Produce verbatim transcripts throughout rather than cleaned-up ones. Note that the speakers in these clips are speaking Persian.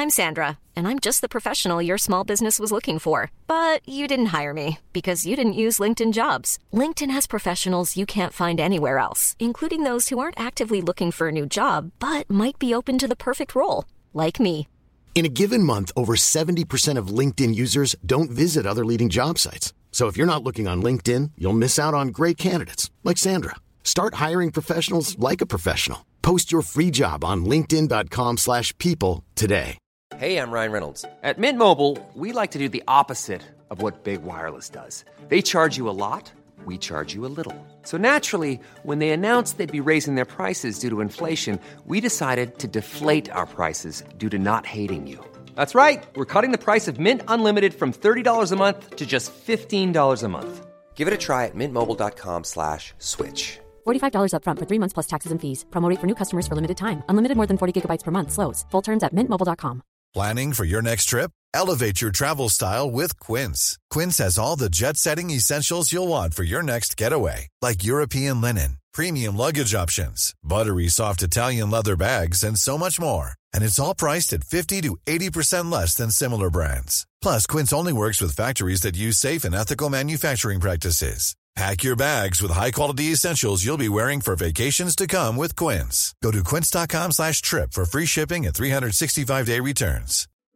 I'm Sandra, and I'm just the professional your small business was looking for. But you didn't hire me because you didn't use LinkedIn Jobs. LinkedIn has professionals you can't find anywhere else, including those who aren't actively looking for a new job, but might be open to the perfect role, like me. In a given month, over seventy percent of LinkedIn users don't visit other leading job sites. So if you're not looking on LinkedIn, you'll miss out on great candidates like Sandra. Start hiring professionals like a professional. Post your free job on linkedin dot com slash people today. Hey, I'm Ryan Reynolds. At Mint Mobile, we like to do the opposite of what Big Wireless does. They charge you a lot, we charge you a little. So naturally, when they announced they'd be raising their prices due to inflation, we decided to deflate our prices due to not hating you. That's right. We're cutting the price of Mint Unlimited from thirty dollars a month to just fifteen dollars a month. Give it a try at mintmobile.com slash switch. forty-five dollars up front for three months plus taxes and fees. Promo rate for new customers for limited time. Unlimited more than forty gigabytes per month. Slows full terms at mint mobile dot com. Planning for your next trip? Elevate your travel style with Quince. Quince has all the jet-setting essentials you'll want for your next getaway, like European linen, premium luggage options, buttery soft Italian leather bags, and so much more. And it's all priced at fifty to eighty percent less than similar brands. Plus, Quince only works with factories that use safe and ethical manufacturing practices. Pack your bags with high-quality essentials you'll be wearing for vacations to come with Quince. Go to quince.com slash trip for free shipping and three sixty-five day returns.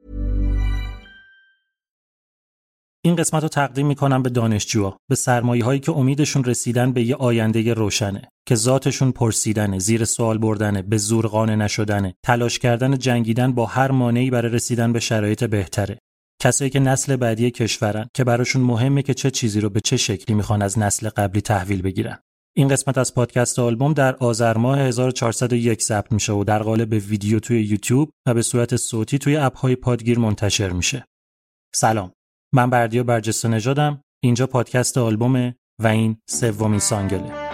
این قسمت رو تقدیم میکنم به دانشجوها، به سرمایه‌هایی که امیدشون رسیدن به یه آینده روشنه، که ذاتشون پرسیدنه، زیر سوال بردنه، به زور قانع نشدنه، تلاش کردن جنگیدن با هر مانعی برای رسیدن به شرایط بهتره. کسایی که نسل بعدی کشورن، که براشون مهمه که چه چیزی رو به چه شکلی میخوان از نسل قبلی تحویل بگیرن. این قسمت از پادکست آلبوم در آذر ماه هزار و چهارصد و یک ضبط میشه و در قالب ویدیو توی یوتیوب و به صورت صوتی توی اپ‌های پادگیر منتشر میشه. سلام. من بردیا برجسته نژادم. اینجا پادکست آلبومه و این سومین سانگله.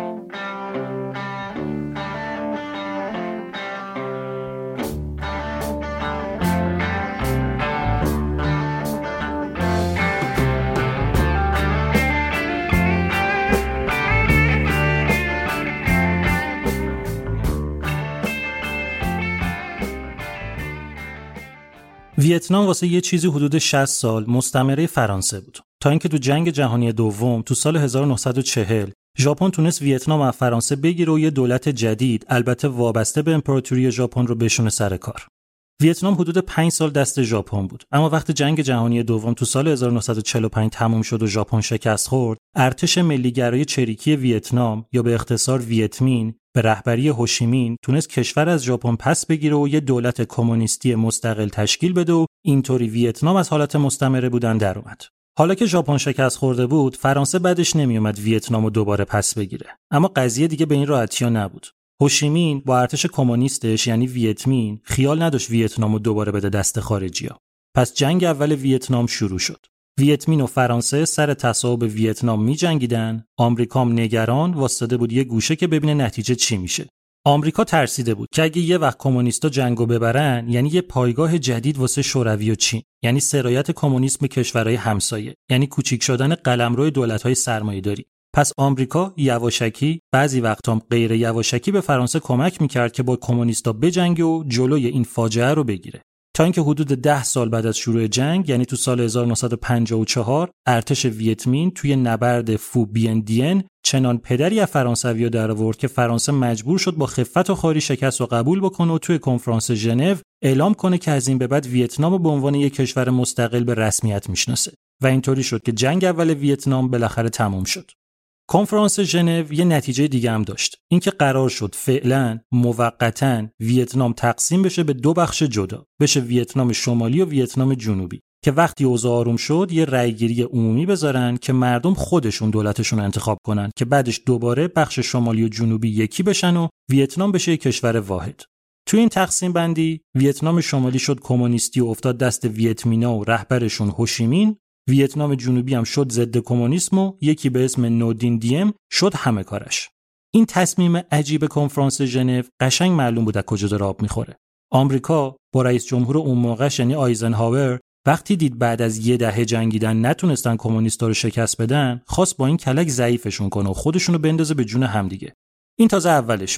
ویتنام واسه یه چیزی حدود شصت سال مستعمره فرانسه بود، تا اینکه تو جنگ جهانی دوم تو سال هزار و نهصد و چهل ژاپن تونست ویتنام از فرانسه بگیره و یه دولت جدید، البته وابسته به امپراتوری ژاپن، رو بشونه سر کار. ویتنام حدود پنج سال دست ژاپن بود، اما وقتی جنگ جهانی دوم تو سال هزار و نهصد و چهل و پنج تموم شد و ژاپن شکست خورد، ارتش ملیگرای چریکی ویتنام یا به اختصار ویتمین به رهبری هوشیمین تونست کشور از ژاپن پس بگیره و یه دولت کمونیستی مستقل تشکیل بده و اینطوری ویتنام از حالت مستعمره بودن در اومد. حالا که ژاپن شکست خورده بود، فرانسه بعدش نمیومد ویتنامو دوباره پس بگیره. اما قضیه دیگه به این راحتی‌ها نبود. هوشیمین با ارتش کمونیستش یعنی ویتمین خیال نداشت ویتنامو دوباره بده دست خارجی‌ها. پس جنگ اول ویتنام شروع شد. ویتمین و فرانسه سر تصاحب ویتنام می‌جنگیدن. آمریکام نگران واسطه بود یه گوشه که ببینه نتیجه چی میشه. آمریکا ترسیده بود که اگه یه وقت کمونیستا جنگو ببرن، یعنی یه پایگاه جدید واسه شوروی و چین، یعنی سرایت کمونیسم به کشورهای همسایه، یعنی کوچیک شدن قلمرو دولت‌های سرمایه‌داری. پس آمریکا یواشکی، بعضی وقتا هم غیر یواشکی، به فرانسه کمک میکرد که با کمونیستا بجنگه و جلوی این فاجعه رو بگیره. تا اینکه حدود ده سال بعد از شروع جنگ، یعنی تو سال هزار و نهصد و پنجاه و چهار، ارتش ویتمین توی نبرد فو بین دین چنان پدری از فرانسوی‌ها در آورد که فرانسه مجبور شد با خفت و خاری شکست و قبول بکنه و توی کنفرانس ژنو اعلام کنه که از این به بعد ویتنام رو به عنوان یک کشور مستقل به رسمیت میشناسه. و اینطوری شد که جنگ اول ویتنام بالاخره تموم شد. کنفرانس ژنو یه نتیجه دیگه هم داشت، اینکه قرار شد فعلا موقتاً ویتنام تقسیم بشه به دو بخش جدا، بشه ویتنام شمالی و ویتنام جنوبی، که وقتی اوضاع آروم شد یه رأیگیری عمومی بذارن که مردم خودشون دولتشون انتخاب کنن که بعدش دوباره بخش شمالی و جنوبی یکی بشن و ویتنام بشه یک کشور واحد. تو این تقسیم بندی ویتنام شمالی شد کمونیستی و افتاد دست ویتمینا و رهبرشون هوشیمین. ویتنام جنوبی هم شد ضد کمونیسم و یکی به اسم نودین دیم شد همه کارش. این تصمیم عجیب کنفرانس ژنو قشنگ معلوم بود از کجا داره آب میخوره. آمریکا با رئیس جمهور اون موقعش یعنی آیزنهاور وقتی دید بعد از یه دهه جنگیدن نتونستن کمونیستا رو شکست بدن، خواست با این کلک ضعیفشون کنه و خودشونو بندازه به جون همدیگه. این تازه اولش بود.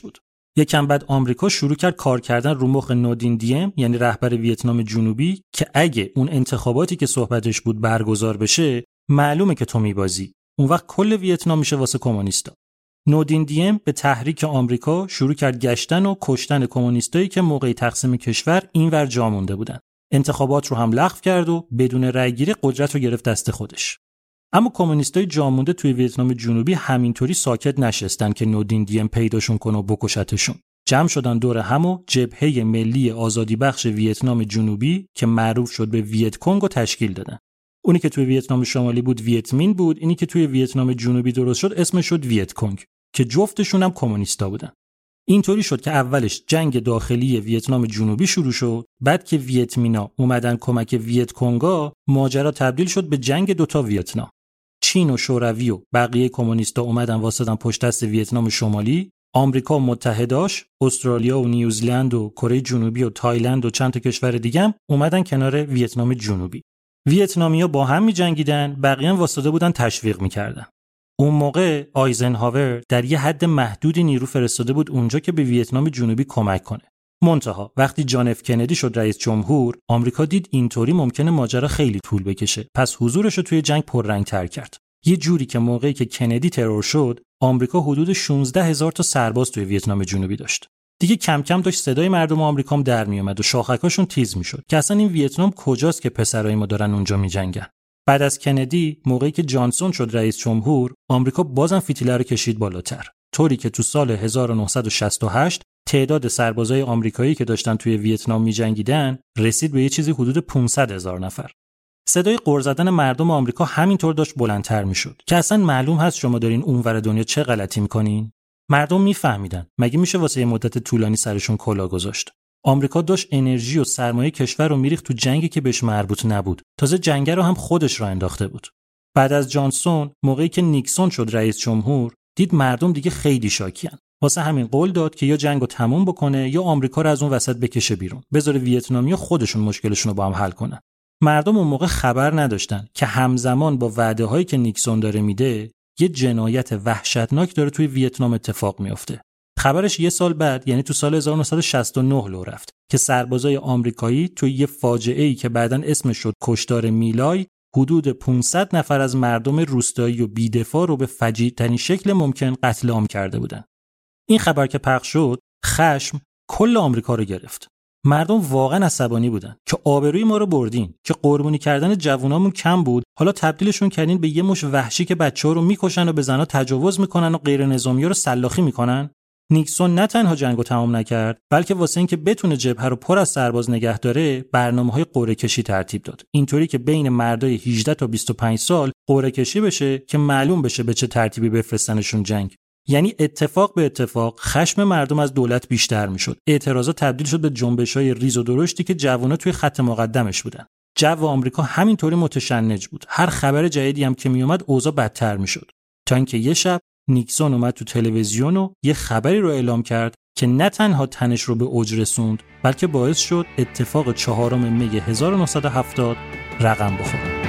یکم بعد آمریکا شروع کرد کار کردن رو مخ نودین دیم، یعنی رهبر ویتنام جنوبی، که اگه اون انتخاباتی که صحبتش بود برگزار بشه، معلومه که تو میبازی. اون وقت کل ویتنام میشه واسه کمونیستا. نودین دیم به تحریک آمریکا شروع کرد گشتن و کشتن کمونیستایی که موقع تقسیم کشور اینور جا مونده بودن. انتخابات رو هم لغو کرد و بدون رأیگیری قدرت رو گرفت دست خودش. اما کمونیستای جا مونده توی ویتنام جنوبی همینطوری ساکت نشستن که نودین دیم پیداشون کنه و بکشتشون. جمع شدن دور هم و جبهه ملی آزادی بخش ویتنام جنوبی که معروف شد به ویت کنگ رو تشکیل دادن. اونی که توی ویتنام شمالی بود ویت مین بود، اینی که توی ویتنام جنوبی درست شد اسمش شد ویت کنگ که جفتشون هم کمونیستا بودن. اینطوری شد که اولش جنگ داخلی ویتنام جنوبی شروع شد، بعد که ویت مینا اومدن کمک ویت کنگا، ماجرا تبدیل شد به جنگ دوتا ویتنام. چین و شوروی و بقیه کمونیستا اومدن واسطن پشت دست ویتنام شمالی، آمریکا و متحداش، استرالیا و نیوزلند و کره جنوبی و تایلند و چند تا کشور دیگه هم اومدن کنار ویتنام جنوبی. ویتنامیا با هم می‌جنگیدن، بقیه هم واسطه بودن تشویق می‌کردن. اون موقع آیزنهاور در یه حد محدودی نیرو فرستاده بود اونجا که به ویتنام جنوبی کمک کنه. منتها وقتی جان اف کندی شد رئیس جمهور، آمریکا دید اینطوری ممکنه ماجرا خیلی طول بکشه، پس حضورش رو توی جنگ پررنگ‌تر کرد. یه جوری که موقعی که کندی ترور شد، آمریکا حدود شانزده هزار تا سرباز توی ویتنام جنوبی داشت. دیگه کم کم داشت صدای مردم آمریکا هم در می اومد و شاخکاشون تیز میشد که اصلا این ویتنام کجاست که پسرای ما دارن اونجا میجنگن. بعد از کندی، موقعی که جانسون شد رئیس جمهور، آمریکا بازم فتیله رو کشید بالاتر، طوری که تو سال هزار و نهصد و شصت و هشت تعداد سربازای آمریکایی که داشتن توی ویتنام میجنگیدن رسید به یه چیزی حدود پانصد هزار نفر. صدای غر زدن مردم آمریکا همینطور داشت بلندتر میشد که اصلا معلوم هست شما دارین اونور دنیا چه غلطی میکنین. مردم میفهمیدن مگه میشه واسه یه مدت طولانی سرشون کلاه گذاشت. آمریکا داشت انرژی و سرمایه کشور رو میریخت تو جنگی که بهش مربوط نبود. تازه جنگ رو هم خودش را انداخته بود. بعد از جانسون، موقعی که نیکسون شد رئیس جمهور، دید مردم دیگه خیلی شاکیان. واسه همین قول داد که یا جنگو تموم بکنه یا آمریکا رو از اون وسط بکشه بیرون. بذاره ویتنامیا خودشون مشکلشون رو با هم حل کنن. مردم اون موقع خبر نداشتن که همزمان با وعده‌هایی که نیکسون داره میده، یه جنایت وحشتناک داره توی ویتنام اتفاق میفته. خبرش یه سال بعد، یعنی تو سال هزار و نهصد و شصت و نه لو رفت که سربازای آمریکایی توی یه فاجعه‌ای که بعداً اسمش شد کشتار میلای، حدود پانصد نفر از مردم روستایی و بی‌دفاع رو به فجیع‌ترین شکل ممکن قتل عام کرده بودن. این خبر که پخش شد، خشم کل آمریکا رو گرفت. مردم واقعا عصبانی بودن که آبروی ما رو بردین، که قربانی کردن جوونامون کم بود، حالا تبدیلشون کردین به یه مش وحشی که بچه‌ها رو میکشن و به زنا تجاوز میکنن و غیر نظامی‌ها رو سلاخی میکنن. نیکسون نه تنها جنگو تمام نکرد، بلکه واسه اینکه بتونه جبهه رو پر از سرباز نگه داره، برنامه‌های قرعه‌کشی ترتیب داد. اینطوری که بین مردای هجده تا بیست و پنج سال قرعه‌کشی بشه که معلوم بشه به چه ترتیبی بفرستنشون جنگ. یعنی اتفاق به اتفاق خشم مردم از دولت بیشتر میشد. اعتراضات تبدیل شد به جنبش‌های ریز و درشتی که جوونا توی خط مقدمش بودن. جو آمریکا همینطوری متشنج بود. هر خبر جدیدی هم که میومد اوضاع بدتر میشد. تا اینکه یه شب نیکسون اومد تو تلویزیون و یه خبری رو اعلام کرد که نه تنها تنش رو به اوج رسوند، بلکه باعث شد اتفاق چهارم می هزار و نهصد و هفتاد رقم بخوره.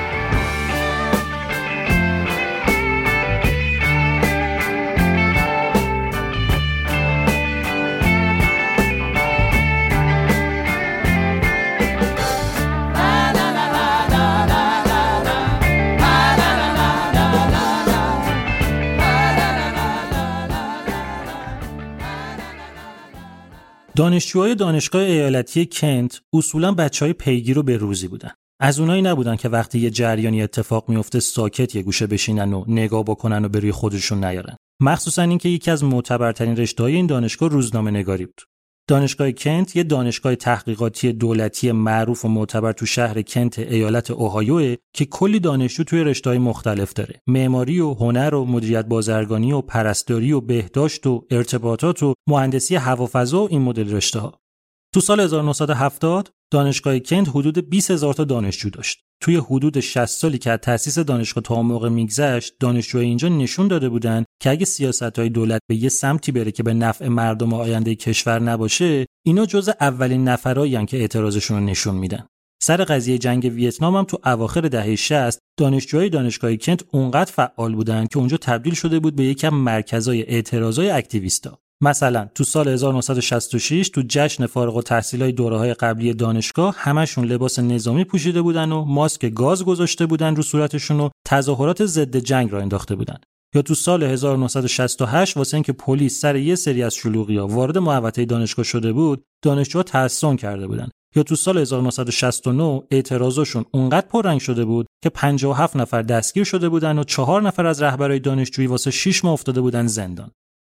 دانشجوهای دانشگاه ایالتی کنت اصولاً بچهای پیگیر و به‌روزی بودن. از اونایی نبودن که وقتی یه جریانی اتفاق میفته ساکت یه گوشه بشینن و نگاه بکنن و به روی خودشون نیارن. مخصوصاً اینکه یکی از معتبرترین رشته‌های این دانشگاه روزنامه‌نگاری بود. دانشگاه کنت یه دانشگاه تحقیقاتی دولتی معروف و معتبر تو شهر کنت ایالت اوهایو که کلی دانشجو توی رشته‌های مختلف داره. معماری و هنر و مدیریت بازرگانی و پرستاری و بهداشت و ارتباطات و مهندسی هوافضا و این مدل رشته‌ها. تو سال هزار و نهصد و هفتاد دانشگاه کنت حدود بیست هزار تا دانشجو داشت. توی حدود شصت سالی که از تأسیس دانشگاه تا موقع میگذشت، دانشجوهای اینجا نشون داده بودن که اگه سیاست‌های دولت به یه سمتی بره که به نفع مردم و آینده کشور نباشه، اینا جزء اولین نفرایی هستن که اعتراضشون رو نشون میدن. سر قضیه جنگ ویتنام هم تو اواخر دهه شصت دانشجوهای دانشگاه کنت اونقدر فعال بودن که اونجا تبدیل شده بود به یکم مرکزای اعتراضای اکتیویستا. مثلا تو سال هزار و نهصد و شصت و شش تو جشن فارغ التحصیلای دوره‌های قبلی دانشگاه همشون لباس نظامی پوشیده بودن و ماسک گاز گذاشته بودن رو صورتشون و تظاهرات ضد جنگ را انداخته بودن. یا تو سال هزار و نهصد و شصت و هشت واسه اینکه پلیس سر یه سری از شلوغی‌ها وارد محوطه دانشگاه شده بود، دانشجوها تحصن کرده بودن. یا تو سال هزار و نهصد و شصت و نه اعتراضاشون اونقدر پررنگ شده بود که پنجاه و هفت نفر دستگیر شده بودن و چهار نفر از رهبرای دانشجویی واسه شش ماه افتاده بودن زندان.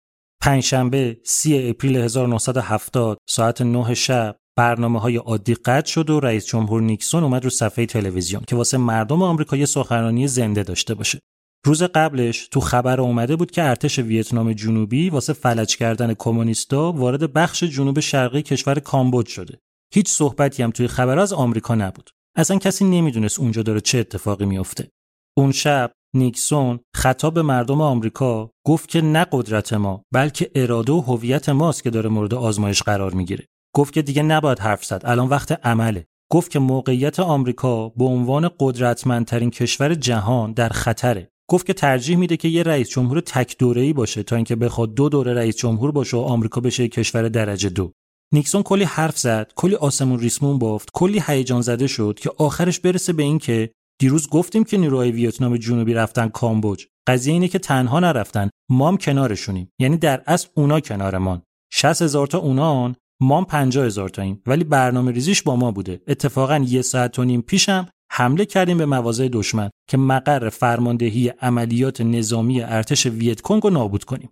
پنجشنبه سی اپریل هزار و نهصد و هفتاد ساعت نه شب برنامه‌های عادی قطع شد و رئیس جمهور نیکسون اومد رو صفحه تلویزیون که واسه مردم آمریکا یه سخنرانی زنده داشته باشه. روز قبلش تو خبر اومده بود که ارتش ویتنام جنوبی واسه فلج کردن کمونیستا وارد بخش جنوب شرقی کشور کامبوج شده. هیچ صحبتی هم توی خبر از آمریکا نبود. اصلا کسی نمیدونست اونجا داره چه اتفاقی میفته. اون شب نیکسون خطاب به مردم آمریکا گفت که نه قدرت ما بلکه اراده و هویت ماست که داره مورد آزمایش قرار میگیره. گفت که دیگه نباید حرف زد، الان وقت عمله. گفت که موقعیت آمریکا به عنوان قدرتمندترین کشور جهان در خطره. گفت که ترجیح میده که یه رئیس جمهور تک دوره‌ای باشه تا اینکه بخواد دو دوره رئیس جمهور باشه و آمریکا بشه کشور درجه دو. نیکسون کلی حرف زد، کلی آسمون ریسمون بافت، کلی هیجان زده شد که آخرش برسه به این که دیروز گفتیم که نیروهای ویتنام جنوبی رفتن کامبوج. قضیه اینه که تنها نرفتن، ما هم کنارشونیم. یعنی در اصل اونا کنارمان. شصت هزار تا اونان، ما هم پنجاه هزار تاییم، ولی برنامه ریزیش با ما بوده. اتفاقا یه ساعت و نیم پیشم حمله کردیم به مواضع دشمن که مقر فرماندهی عملیات نظامی ارتش ویتکونگ رو نابود کنیم.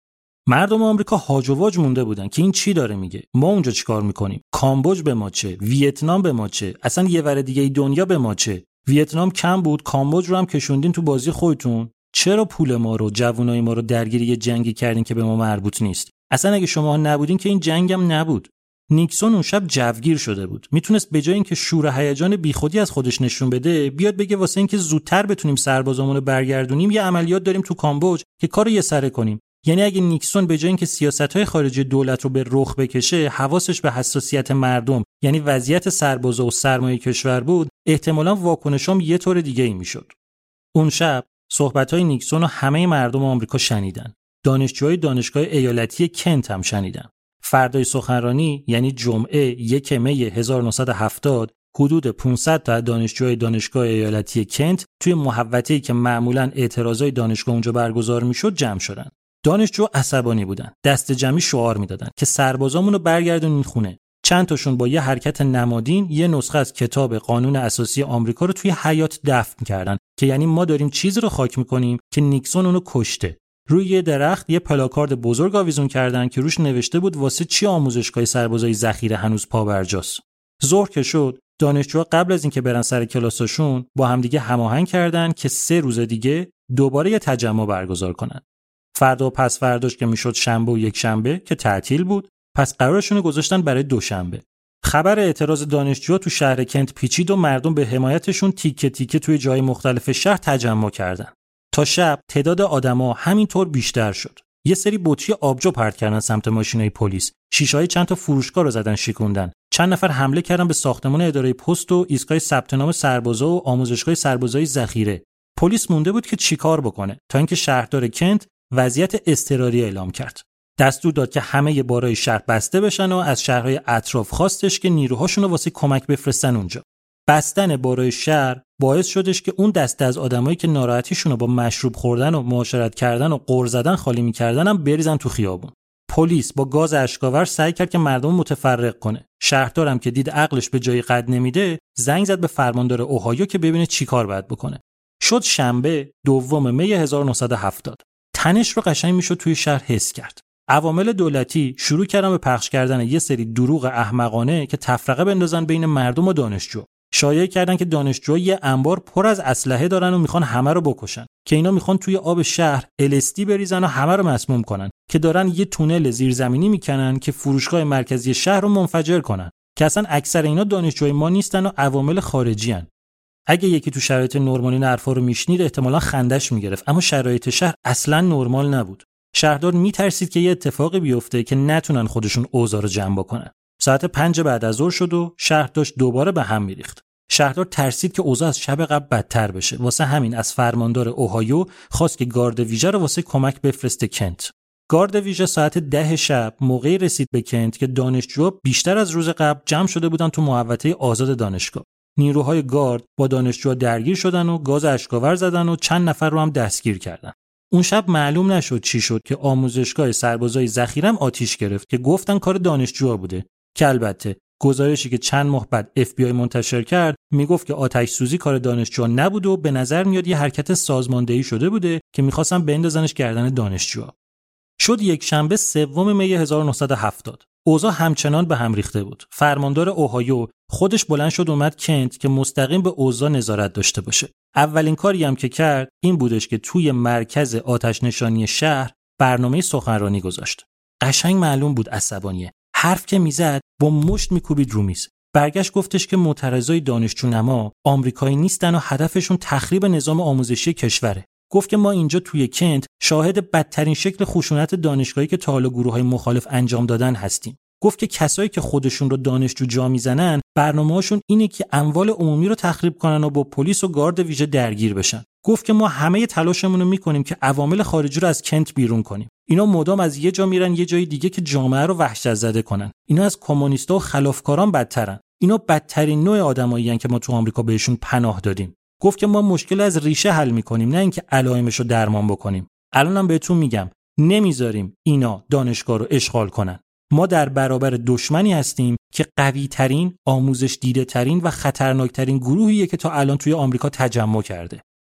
مردم آمریکا هاج و واج مونده بودن که این چی داره میگه؟ ما اونجا چیکار میکنیم؟ کامبوج به ما چه؟ ویتنام به ما چه؟ اصلا یه ور دیگه ای دنیا به ما چه؟ ویتنام کم بود، کامبوج رو هم کشوندین تو بازی خودتون. چرا پول ما رو، جوونای ما رو درگیر یه جنگی کردین که به ما مربوط نیست؟ اصلا اگه شما نبودین که این جنگم نبود. نیکسون اون شب جوگیر شده بود. میتونست به جای اینکه شور و هیجان بیخودی از خودش نشون بده، بیاد بگه واسه اینکه زودتر بتونیم سربازامون رو برگردونیم یه عملیات داریم تو کامبوج که کارو یه سره کنیم. یعنی اگه نیکسون به جای اینکه سیاست‌های خارجی دولت رو به رخ بکشه، حواسش به حساسیت مردم، یعنی وضعیت سربازا و سرمایه کشور بود، احتمالاً واکنشام یه طور دیگه‌ای میشد. اون شب صحبت‌های نیکسون رو همه مردم آمریکا شنیدن. دانشجوهای دانشگاه ایالتی کنت هم شنیدن. فردای سخنرانی یعنی جمعه یک می هزار و نهصد و هفتاد حدود پانصد تا دانشجوی دانشگاه ایالتی کنت توی محوطه‌ای که معمولاً اعتراضای دانشگاه اونجا برگزار میشد جمع شدن. دانشجو عصبانی بودن، دست جمعی شعار میدادن که سربازامون رو برگردونین خونه. چند تاشون با یه حرکت نمادین یه نسخه از کتاب قانون اساسی آمریکا رو توی حیاط دفن کردن که یعنی ما داریم چیزی رو خاک میکنیم که نیکسون اونو کشته. روی یه درخت یه پلاکارد بزرگ آویزون کردن که روش نوشته بود واسه چی آموزشگاه سربازای ذخیره هنوز پابرجاست. ظهر که شد، دانشجوها قبل از اینکه برن سر کلاساشون با همدیگه هماهنگ کردن که سه روز دیگه دوباره یه تجمع برگزار کنن. فردا و پس فرداش که میشد شنبه و یک شنبه که تعطیل بود، پس قرارشون گذاشتن برای دوشنبه. خبر اعتراض دانشجوها تو شهر کنت پیچید و مردم به حمایتشون تیکه تیکه توی جای مختلف شهر تجمع کردن. تا شب تعداد آدما همینطور بیشتر شد. یه سری بطری آبجو پرت کردن سمت ماشینای پلیس. شیشه‌های چند تا فروشگاه رو زدن شیکوندن. چند نفر حمله کردن به ساختمان اداره پست و ایستگاه ثبت نام سربازا و آموزشگاه سربازای ذخیره. پلیس مونده بود که چیکار بکنه تا اینکه شهردار کنت وضعیت اضطراری اعلام کرد. دستور داد که همه بارهای شهر بسته بشن و از شهرهای اطراف خواستش که نیروهاشون رو واسه کمک بفرستن اونجا. بستن بارهای شهر باعث شدش که اون دسته از آدمایی که ناراحتیشون رو با مشروب خوردن و معاشرت کردن و غر زدن خالی می‌کردن هم بریزن تو خیابون. پلیس با گاز اشکاور سعی کرد که مردم متفرق کنه. شهردارم که دید عقلش به جای قد نمیده، زنگ زد به فرماندار اوهایو که ببینه چیکار باید بکنه. شد شنبه دوم می هزار و نهصد و هفتاد. تنش رو قشنگ میشد توی شهر حس کرد. عوامل دولتی شروع کردن به پخش کردن یه سری دروغ احمقانه که تفرقه بندازن بین مردم و دانشجو. شایعه کردن که دانشجوها یه انبار پر از اسلحه دارن و میخوان همه رو بکشن، که اینا میخوان توی آب شهر ال اس دی بریزن و همه رو مسموم کنن، که دارن یه تونل زیرزمینی میکنن که فروشگاه مرکزی شهر رو منفجر کنن، که اصلا اکثر اینا دانشجوی ما نیستن و عوامل خارجی ان. اگه یکی تو شرایط نرمالی این حرفا رو میشنید احتمالاً خندش میگرفت، اما شرایط شهر اصلاً نرمال نبود. شهردار میترسید که یه اتفاقی بیفته که نتونن خودشون اوضاع رو جمع بکنن. ساعت پنج بعد از ظهر شد و شهر داشت دوباره به هم میریخت. شهردار ترسید که اوضاع از شب قبل بدتر بشه. واسه همین از فرماندار اوهایو خواست که گارد ویژه رو واسه کمک بفرسته کنت. گارد ویژه ساعت ده شب موقعی رسید به کنت که دانشجوها بیشتر از روز قبل جمع شده بودن تو محوطه آزاد دانشگاه. نیروهای گارد با دانشجوها درگیر شدن و گاز اشک‌آور زدن و چند نفر رو هم دستگیر کردن. اون شب معلوم نشد چی شد که آموزشگاه سربازای ذخیره‌ام آتیش گرفت که گفتن کار دانشجوها بوده، که البته گزارشی که چند ماه بعد اف بی آی منتشر کرد میگفت که آتش سوزی کار دانشجوها نبود و به نظر میاد یه حرکت سازماندهی شده بوده که می‌خواستن بندازنش گردن دانشجوها. شد یک شنبه سوم می هزار و نهصد و هفتاد. اوضاع همچنان به هم ریخته بود. فرماندار اوهایو خودش بلند شد اومد کنت که مستقیم به اوضاع نظارت داشته باشه. اولین کاری هم که کرد این بودش که توی مرکز آتش نشانی شهر برنامه سخنرانی گذاشت. قشنگ معلوم بود عصبانیه. حرف که میزد با مشت میکوبید رو میز. برگشت گفتش که معترضای دانشجونما آمریکایی نیستن و هدفشون تخریب نظام آموزشی کشوره. گفت که ما اینجا توی کنت شاهد بدترین شکل خشونت دانشگاهی که تا حالا گروه‌های مخالف انجام دادن هستیم. گفت که کسایی که خودشون رو دانشجو جا میزنن برنامه‌هاشون اینه که اموال عمومی رو تخریب کنن و با پلیس و گارد ویژه درگیر بشن. گفت که ما همه تلاشمون رو میکنیم که عوامل خارجی رو از کنت بیرون کنیم. اینا مدام از یه جا میرن یه جای دیگه که جامعه رو وحشت زده کنن. اینا از کمونیستا و خلافکاران بدترن. اینا بدترین نوع آدمایین که ما تو آمریکا بهشون پناه دادیم. گفت که ما مشکل از ریشه حل میکنیم نه اینکه علائمش رو درمان بکنیم. الانم بهتون میگم نمیذاریم اینا دانشگاه رو اشغال کنن. ما در برابر دشمنی هستیم که قوی ترین، آموزش دیده ترین و خطرناکترین گروهیه که تا الان توی آمریکا تجمع کرده.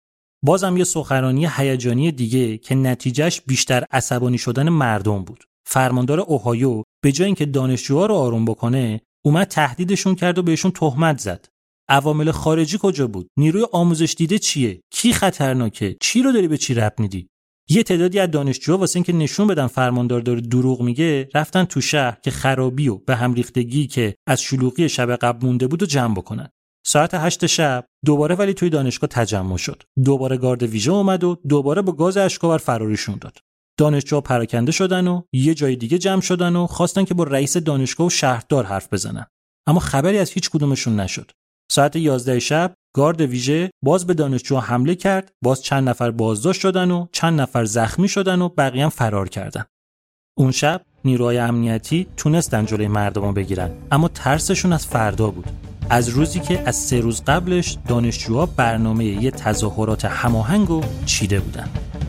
بازم یه سخنرانی هیجانی دیگه که نتیجهش بیشتر عصبانی شدن مردم بود. فرماندار اوهایو به جای اینکه دانشجوها رو آروم بکنه، اومد تهدیدشون کرد و بهشون تهمت زد. عوامل خارجی کجا بود؟ نیروی آموزش دیده چیه؟ کی خطرناکه؟ چی رو داری به چی ربط میدی؟ یه تعدادی از دانشجوها واسه اینکه نشون بدن فرماندار داره دروغ میگه، رفتن تو شهر که خرابی و به هم ریختگی که از شلوغی شب قبل مونده بود و جمع بکنن. ساعت هشت شب دوباره ولی توی دانشگاه تجمع شد. دوباره گارد ویژه اومد و دوباره با گاز اشک‌آور فراریشون داد. دانشجوها پراکنده شدن و یه جای دیگه جمع شدن و خواستن که با رئیس دانشگاه و شهردار حرف بزنن. اما خبری از هیچ کدومشون نشد. ساعت یازده شب گارد ویژه باز به دانشجوها حمله کرد، باز چند نفر بازداشت شدن و چند نفر زخمی شدن و بقیه هم فرار کردن. اون شب نیروهای امنیتی تونستن جلوی مردم رو بگیرن، اما ترسشون از فردا بود. از روزی که از سه روز قبلش دانشجوها برنامه یه تظاهرات هماهنگ رو چیده بودن.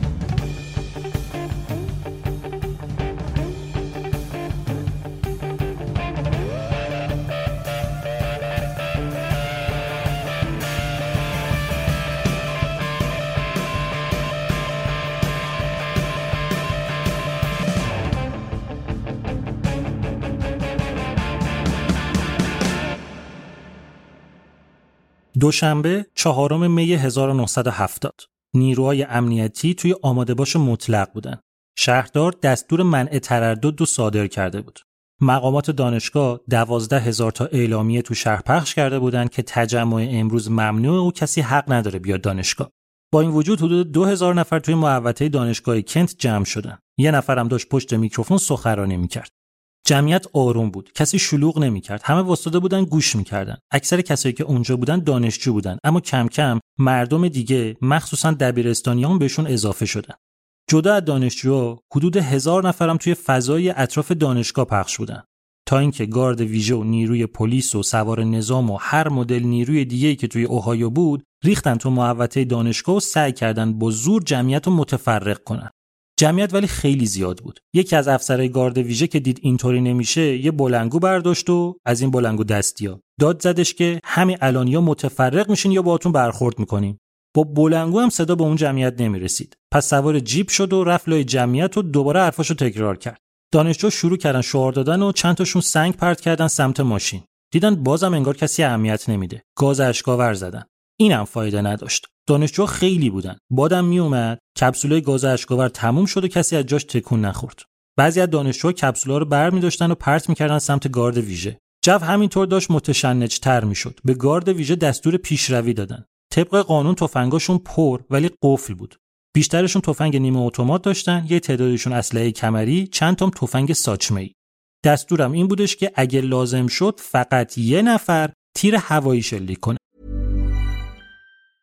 دوشنبه چهارم می هزار و نهصد و هفتاد. نیروهای امنیتی توی آماده باش مطلق بودن. شهردار دستور منع تردد رو صادر کرده بود. مقامات دانشگاه دوازده هزار تا اعلامیه تو شهر پخش کرده بودن که تجمع امروز ممنوعه و کسی حق نداره بیاد دانشگاه. با این وجود حدود دو هزار نفر توی محوطه دانشگاه کنت جمع شدن. یه نفرم داشت پشت میکروفون سخنرانی میکرد. جمعیت آروم بود، کسی شلوغ نمی‌کرد، همه واسطه بودن گوش می‌کردن. اکثر کسایی که اونجا بودن دانشجو بودن، اما کم کم مردم دیگه مخصوصا دبیرستانیان بهشون اضافه شدن. جدا از دانشجوها حدود هزار نفرم توی فضای اطراف دانشگاه پخش بودن. تا اینکه گارد ویژه و نیروی پلیس و سوار نظام و هر مدل نیروی دیگه‌ای که توی اوهایو بود، ریختن تو محوطه دانشگاه و سعی کردن با زور جمعیت رو متفرق کنن. جمعیت ولی خیلی زیاد بود. یکی از افسرهای گارد ویژه که دید اینطوری نمیشه، یه بلنگو برداشت و از این بلنگو دستیا داد زدش که همین الان یا متفرق میشین یا باهاتون برخورد میکنیم. با بلنگو هم صدا به اون جمعیت نمیرسید. پس سوار جیپ شد و رفت لای جمعیت و دوباره حرفاشو تکرار کرد. دانشجو شروع کردن شعار دادن و چند تاشون سنگ پرت کردن سمت ماشین. دیدن بازم انگار کسی اهمیت نمیده. گاز اشک‌آور زدن. اینم فایده نداشت. دانشجو خیلی بودن. بادم می اومد، کپسولای گاز اشک‌آور تموم شد و کسی از جاش تکون نخورد. بعضی از دانشجوها کپسولا رو برمی‌داشتن و پرت می‌کردن سمت گارد ویژه. جو همینطور داشت متشنج‌تر می‌شد. به گارد ویژه دستور پیشروی دادن. طبق قانون تفنگاشون پر ولی قفل بود. بیشترشون تفنگ نیمه اتومات داشتن، یه تعدادشون اسلحه کمری، چند تام تفنگ ساچمه‌ای. دستورم این بودش که اگه لازم شد فقط یه نفر تیر هوایی شلیک کنه.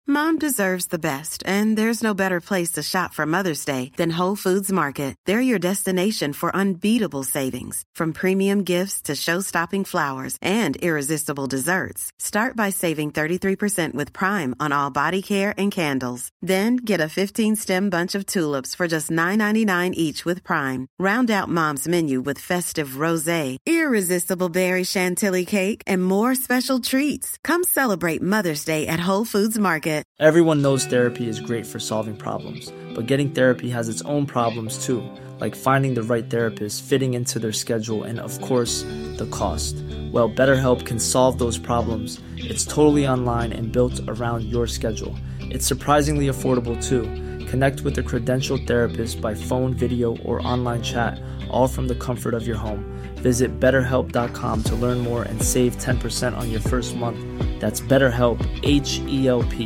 Mom deserves the best, and there's no better place to shop for Mother's Day than Whole Foods Market. They're your destination for unbeatable savings, from premium gifts to show-stopping flowers and irresistible desserts. Start by saving thirty-three percent with Prime on all body care and candles. Then get a fifteen-stem bunch of tulips for just nine ninety-nine each with Prime. Round out Mom's menu with festive rosé, irresistible berry chantilly cake, and more special treats. Come celebrate Mother's Day at Whole Foods Market. Everyone knows therapy is great for solving problems, but getting therapy has its own problems too, like finding the right therapist, fitting into their schedule, and of course, the cost. Well, BetterHelp can solve those problems. It's totally online and built around your schedule. It's surprisingly affordable too. Connect with a credentialed therapist by phone, video, or online chat, all from the comfort of your home. Visit better help dot com to learn more and save ten percent on your first month. That's BetterHelp, H E L P.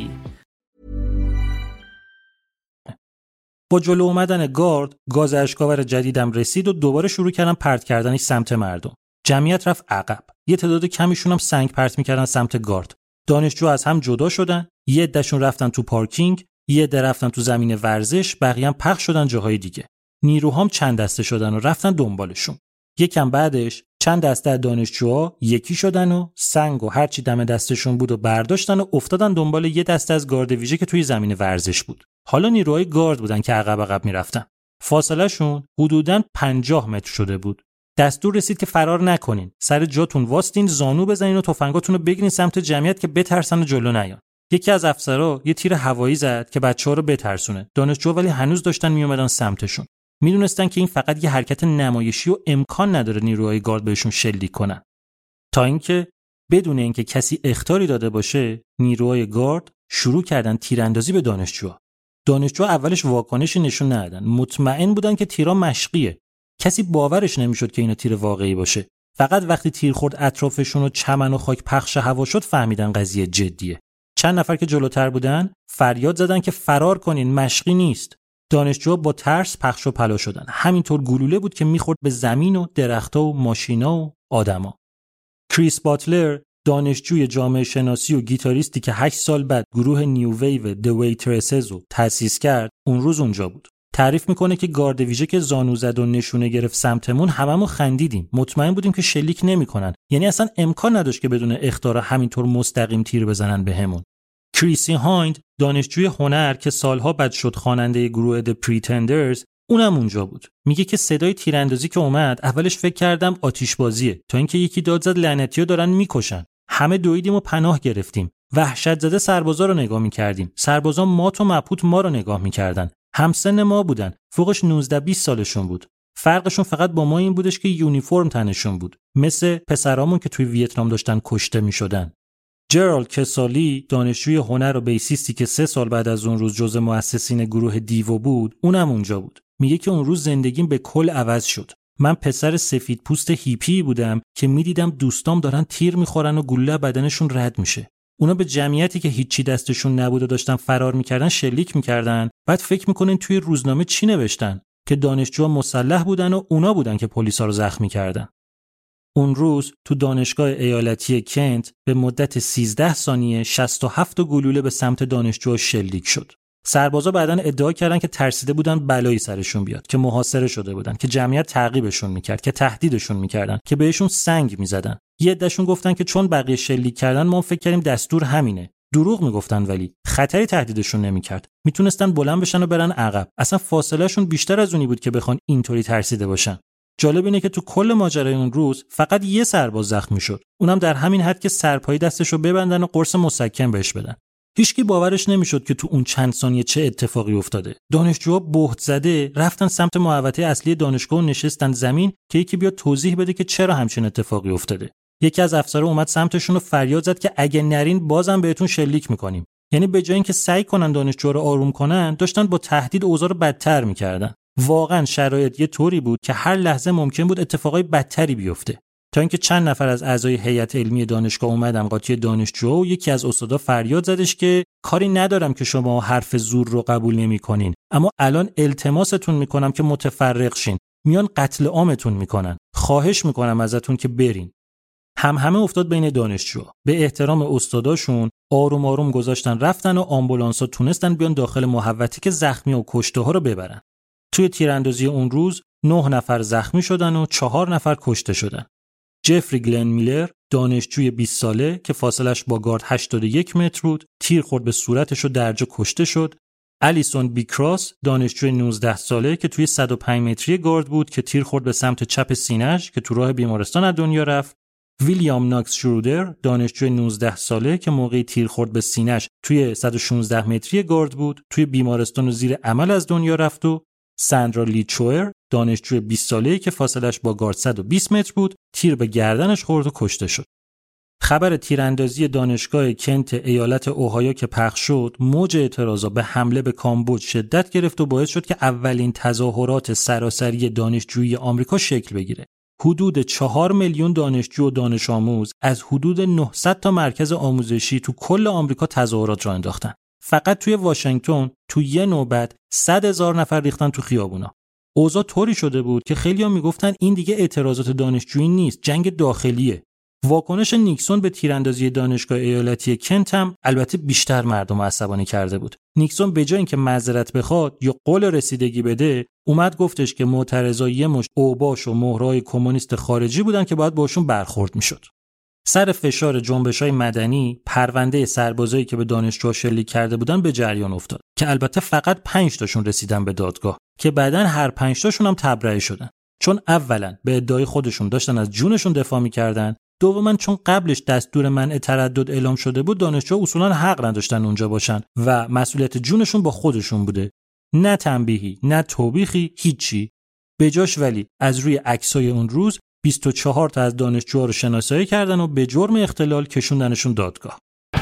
با جلو اومدن گارد، گاز اشکاور جدیدم رسید و دوباره شروع کردن پرت کردنش سمت مردم. جمعیت رفت عقب. یه تعداد کمیشون هم سنگ پرت می‌کردن سمت گارد. دانشجو از هم جدا شدن، یه عده‌شون رفتن تو پارکینگ، یه عده رفتن تو زمین ورزش، بقیه هم پخش شدن جاهای دیگه. نیروهام چند دسته شدن و رفتن دنبالشون. یکم بعدش چند دسته از دانشجوها یکی شدن و سنگ و هر چی دم دستشون بود و برداشتن و افتادن دنبال یه دسته از گارد ویژه که توی زمین ورزش بود. حالا نیروهای گارد بودن که عقب عقب میرفتن. فاصله شون حدوداً پنجاه متر شده بود. دستور رسید که فرار نکنین. سر جاتون واستین، زانو بزنین و تفنگاتون رو بگیرین سمت جمعیت که بترسن و جلو نیان. یکی از افسرها یه تیر هوایی زد که بچه‌ها رو بترسونه. دانشجوها ولی هنوز داشتن میومدن سمتشون. میدونستن که این فقط یه حرکت نمایشی و امکان نداره نیروهای گارد بهشون شلیک کنن. تا اینکه بدون اینکه کسی اخطاری داده باشه، نیروهای گارد شروع کردن تیراندازی به دانشجوها. دانشجوها اولش واکنشی نشون ندادن. مطمئن بودن که تیرا مشقیه. کسی باورش نمیشد که اینا تیر واقعی باشه. فقط وقتی تیر خورد اطرافشون و چمن و خاک پخش هوا شد فهمیدن قضیه جدیه. چند نفر که جلوتر بودن فریاد زدن که فرار کنین، مشقی نیست. دانشجوها با ترس پخش و پلا شدن. همینطور گلوله بود که میخورد به زمین و درخت‌ها و ماشینا و آدما. کریس باتلر، دانشجوی جامعه شناسی و گیتاریستی که هشت سال بعد گروه نیو ویو The Waitresses رو تأسیس کرد، اون روز اونجا بود. تعریف میکنه که گارد ویژه که زانو زد و نشونه گرفت سمتمون، هممون خندیدیم. مطمئن بودیم که شلیک نمیکنن. یعنی اصلا امکان نداشت که بدون اخطار همینطور مستقیم تیر بزنن بهمون. کریسی هایند، دانشجوی هنر که سالها بعد شد خواننده گروه The Pretenders، اونم اونجا بود. میگه که صدای تیراندازی که اومد اولش فکر کردم آتش بازیه، تا اینکه یکی داد زد لعنتی‌ها دارن میکشن. همه دویدیم و پناه گرفتیم. وحشت زده سربازا رو نگاه میکردیم. سربازا مات و مبهوت ما رو نگاه میکردن. همسن ما بودن. فوقش نوزده بیست سالشون بود. فرقشون فقط با ما این بودش که یونیفرم تنشون بود. مثل پسرامون که توی ویتنام داشتن کشته میشدن. جرالد کسالی، دانشجوی هنر و بیسیستی که سه سال بعد از اون روز جزو مؤسسین گروه دیو بود، اونم اونجا بود. میگه که اون روز زندگیم به کل عوض شد. من پسر سفید پوست هیپی بودم که میدیدم دوستام دارن تیر میخورن و گلوله بدنشون رد میشه. اونا به جمعیتی که هیچی دستشون نبود و داشتن فرار میکردن شلیک میکردن. بعد فکر میکنین توی روزنامه چی نوشتن؟ که دانشجوها مسلح بودن و اونا بودن که پلیسا رو زخمی کردن. اون روز تو دانشگاه ایالتی کنت به مدت سیزده ثانیه شصت و هفت گلوله به سمت دانشجوها شلیک شد. سربازا بعداً ادعا کردن که ترسیده بودن بلایی سرشون بیاد، که محاصره شده بودن، که جمعیت تعقیبشون میکرد، که تهدیدشون میکردن، که بهشون سنگ میزدن. یه عدهشون گفتن که چون بقیه شلیک کردن ما فکر کردیم دستور همینه. دروغ میگفتن، ولی خطری تهدیدشون نمیکرد. میتونستن بلند بشن و برن عقب. اصلا فاصلهشون بیشتر از اونی بود که بخوان اینطوری ترسیده باشن. جالب اینه که تو کل ماجرای اون روز فقط یه سرباز زخمی شد. اونم در همین حد که سرپای دستشو ببندن و قرص مسکن بهش بدن. هیچکی باورش نمیشد که تو اون چند ثانیه چه اتفاقی افتاده. دانشجوها بهت زده رفتن سمت محوطه اصلی دانشگاه و نشستن زمین که یکی بیاد توضیح بده که چرا همچین اتفاقی افتاده. یکی از افسرها اومد سمتشون و فریاد زد که اگه نرین بازم بهتون شلیک میکنیم. یعنی به جای اینکه سعی کنن دانشجوها رو آروم کنن، داشتن با تهدید اوضاع رو بدتر میکردن. واقعا شرایط یه طوری بود که هر لحظه ممکن بود اتفاقای بدتری بیفته. تا اینکه چند نفر از اعضای هیئت علمی دانشگاه اومدن قاطی دانشجو و یکی از استادا فریاد زدش که کاری ندارم که شما حرف زور رو قبول نمی‌کنین، اما الان التماستون میکنم که متفرق شین. میان قتل عامتون میکنن. خواهش میکنم ازتون که برین. هم همه افتاد بین دانشجوها. به احترام استاداشون آروم آروم گذاشتن رفتن و آمبولانس‌ها تونستن بیان داخل محوطه که زخمی و کشته‌ها رو ببرن. توی تیراندازی اون روز نه نفر زخمی شدن و چهار نفر کشته شدن. جفری گلن میلر دانشجوی بیست ساله که فاصلش با گارد هشتاد و یک متر بود، تیر خورد به صورتش و در جا کشته شد. الیسون بیکراس دانشجوی نوزده ساله که توی صد و پنج متری گارد بود که تیر خورد به سمت چپ سینه‌اش که تو راه بیمارستان از دنیا رفت. ویلیام ناکس شرودر دانشجوی نوزده ساله که موقعی تیر خورد به سینه‌اش توی صد و شانزده متری گارد بود، توی بیمارستان و زیر عمل از دنیا رفت. و ساندرا لی چوئر دانشجوی بیست ساله‌ای که فاصلش با گارد صد و بیست متر بود، تیر به گردنش خورد و کشته شد. خبر تیراندازی دانشگاه کنت ایالت اوهایو که پخش شد، موج اعتراضا به حمله به کامبوج شدت گرفت و باعث شد که اولین تظاهرات سراسری دانشجویی آمریکا شکل بگیره. حدود چهار میلیون دانشجو و دانش آموز از حدود نهصد تا مرکز آموزشی تو کل آمریکا تظاهرات را انداختن. فقط توی واشنگتن تو یه نوبت صد هزار نفر ریختن تو خیابونا. اوضاع طوری شده بود که خیلی‌ها میگفتن این دیگه اعتراضات دانشجویی نیست، جنگ داخلیه. واکنش نیکسون به تیراندازی دانشگاه ایالتی کنت هم البته بیشتر مردم عصبانی کرده بود. نیکسون به جای اینکه معذرت بخواد یا قول رسیدگی بده، اومد گفتش که معترضا یه مشت اوباش و مهرهای کمونیست خارجی بودن که باید باشون برخورد میشد. سر فشار جنبش‌های مدنی، پرونده سربازایی که به دانشجوها شلیک کرده بودن به جریان افتاد که البته فقط پنج تاشون رسیدن به دادگاه که بعداً هر پنج تاشون هم تبرئه شدن. چون اولاً به ادعای خودشون داشتن از جونشون دفاع می‌کردن، دوماً چون قبلش دستور منع تردد اعلام شده بود، دانشجوها اصولاً حق نداشتن اونجا باشن و مسئولیت جونشون با خودشون بوده. نه تنبیهی، نه توبیخی، هیچی. بجاش ولی از روی عکسای اون روز بیست و چهار تا از دانشجوها رو شناسایی کردن و به جرم اختلال کشوندنشون دادگاه.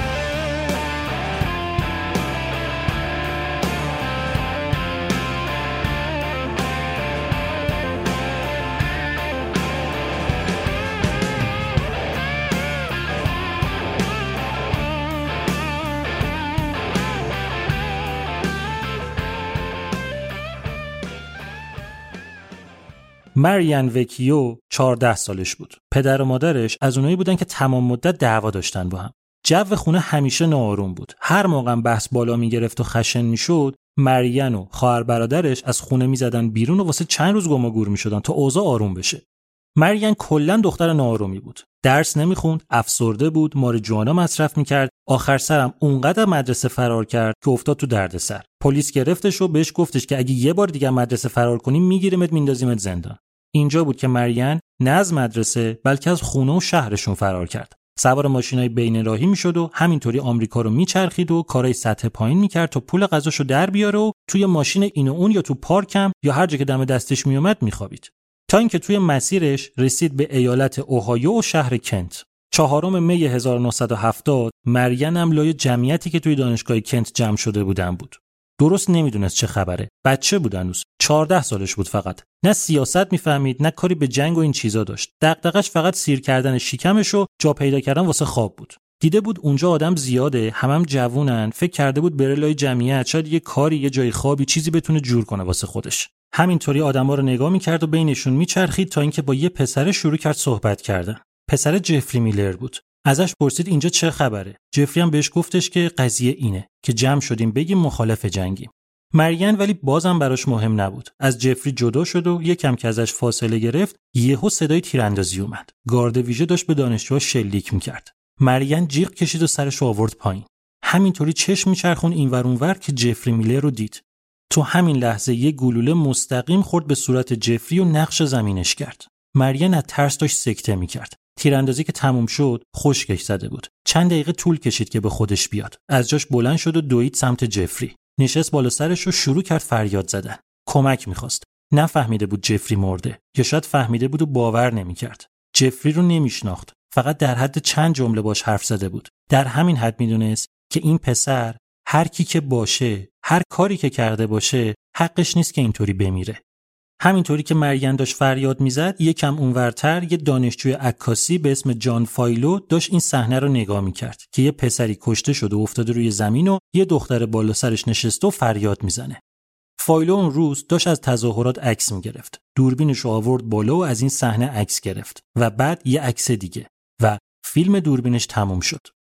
مریان وکیو چهارده سالش بود. پدر و مادرش از اونایی بودن که تمام مدت دعوا داشتن با هم. جو خونه همیشه ناآروم بود. هر موقع بحث بالا میگرفت و خشن میشد، مریان و خواهر برادرش از خونه میزدن بیرون و واسه چند روز گم و گور میشدن تا اوضاع آروم بشه. مریان کلا دختر ناآرومی بود. درس نمیخوند، افسرده بود، ماریجوانا مصرف میکرد. آخر سرم اونقدر مدرسه فرار کرد که افتاد تو دردسر. پلیس گرفتش و بهش گفتش که اگه یه بار دیگه مدرسه فرار کنی میگیریمت میندازیمت زندان. اینجا بود که مریان نه از مدرسه بلکه از خونه و شهرشون فرار کرد. سوار ماشینای بین راهی میشد و همینطوری آمریکا رو میچرخید و کارهای سطح پایین میکرد تا پول غذاشو در بیاره و توی ماشین این و اون یا تو پارکم یا هر جا که دم دستش میومد میخوابید. تا اینکه توی مسیرش رسید به ایالت اوهایو و شهر کنت. چهارم می هزار و نهصد و هفتاد مریان هم لای جمعیتی که توی دانشگاه کنت جمع شده بودن بود. درست نمیدونست چه خبره. بچه بود هنوز. چهارده سالش بود فقط. نه سیاست میفهمید، نه کاری به جنگ و این چیزا داشت. دغدغش فقط سیر کردن شکمش و جا پیدا کردن واسه خواب بود. دیده بود اونجا آدم زیاده، همم هم جوونن، فکر کرده بود بره لای جمعیت، شاید یه کاری، یه جای خوابی، چیزی بتونه جور کنه واسه خودش. همینطوری آدما رو نگاه میکرد و بینشون میچرخید تا اینکه با یه پسر شروع کرد صحبت کردن. پسر جفری میلر بود. ازش پرسید اینجا چه خبره؟ جفری هم بهش گفتش که قضیه اینه که جمع شدیم بگیم مخالف جنگیم. مریان ولی بازم براش مهم نبود. از جفری جدا شد و یکم که ازش فاصله گرفت، یهو صدای تیراندازی اومد. گارد ویژه داشت به دانشجوها شلیک میکرد. مریان جیغ کشید و سرش رو آورد پایین. همینطوری چشم میچرخون اینور اونور که جفری میلر رو دید. تو همین لحظه یه گلوله مستقیم خورد به صورت جفری و نقش زمینش کرد. مریان از ترس داشت سکته میکرد. تیراندازی که تموم شد، خشکش زده بود. چند دقیقه طول کشید که به خودش بیاد. از جاش بلند شد و دوید سمت جفری. نشست بالا سرش و شروع کرد فریاد زدن. کمک میخواست. نفهمیده بود جفری مرده، یا شاید فهمیده بود و باور نمیکرد. جفری رو نمیشناخت. فقط در حد چند جمله باش حرف زده بود. در همین حد میدونست که این پسر هر کی که باشه، هر کاری که کرده باشه، حقش نیست که اینطوری بمیره. همینطوری که مریان داشت فریاد میزد، یکم اونورتر یه دانشجوی عکاسی به اسم جان فایلو داشت این صحنه رو نگاه میکرد که یه پسری کشته شده و افتاده روی زمین و یه دختر بالا سرش نشسته و فریاد میزنه. فایلو اون روز داشت از تظاهرات عکس میگرفت. دوربینش رو آورد بالا و از این صحنه عکس گرفت و بعد یه عکس دیگه و فیلم دوربینش تموم شد.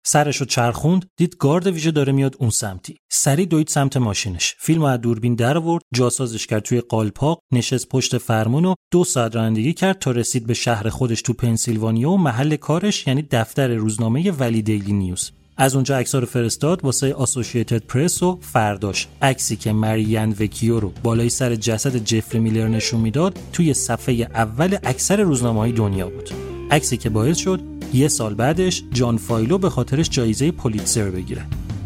سرشو چرخوند، دید گارد ویژه داره میاد اون سمتی. سری دوید سمت ماشینش. فیلمو از دوربین در آورد، جاسازش کرد توی قالپاق، نشست پشت فرمون و دو ساعت رانندگی کرد تا رسید به شهر خودش تو پنسیلوانیا و محل کارش یعنی دفتر روزنامه ولی دیلی نیوز. از اونجا عکس‌ها رو فرستاد واسه آسوشییتد پرس و فرداش عکسی که مریان وکیو رو بالای سر جسد جفری میلر نشون میداد توی صفحه اول اکثر روزنامه‌های دنیا بود. عکسی که باعث شد یه سال بعدش جان فایلو به خاطرش جایزه پولیتزر بگیره.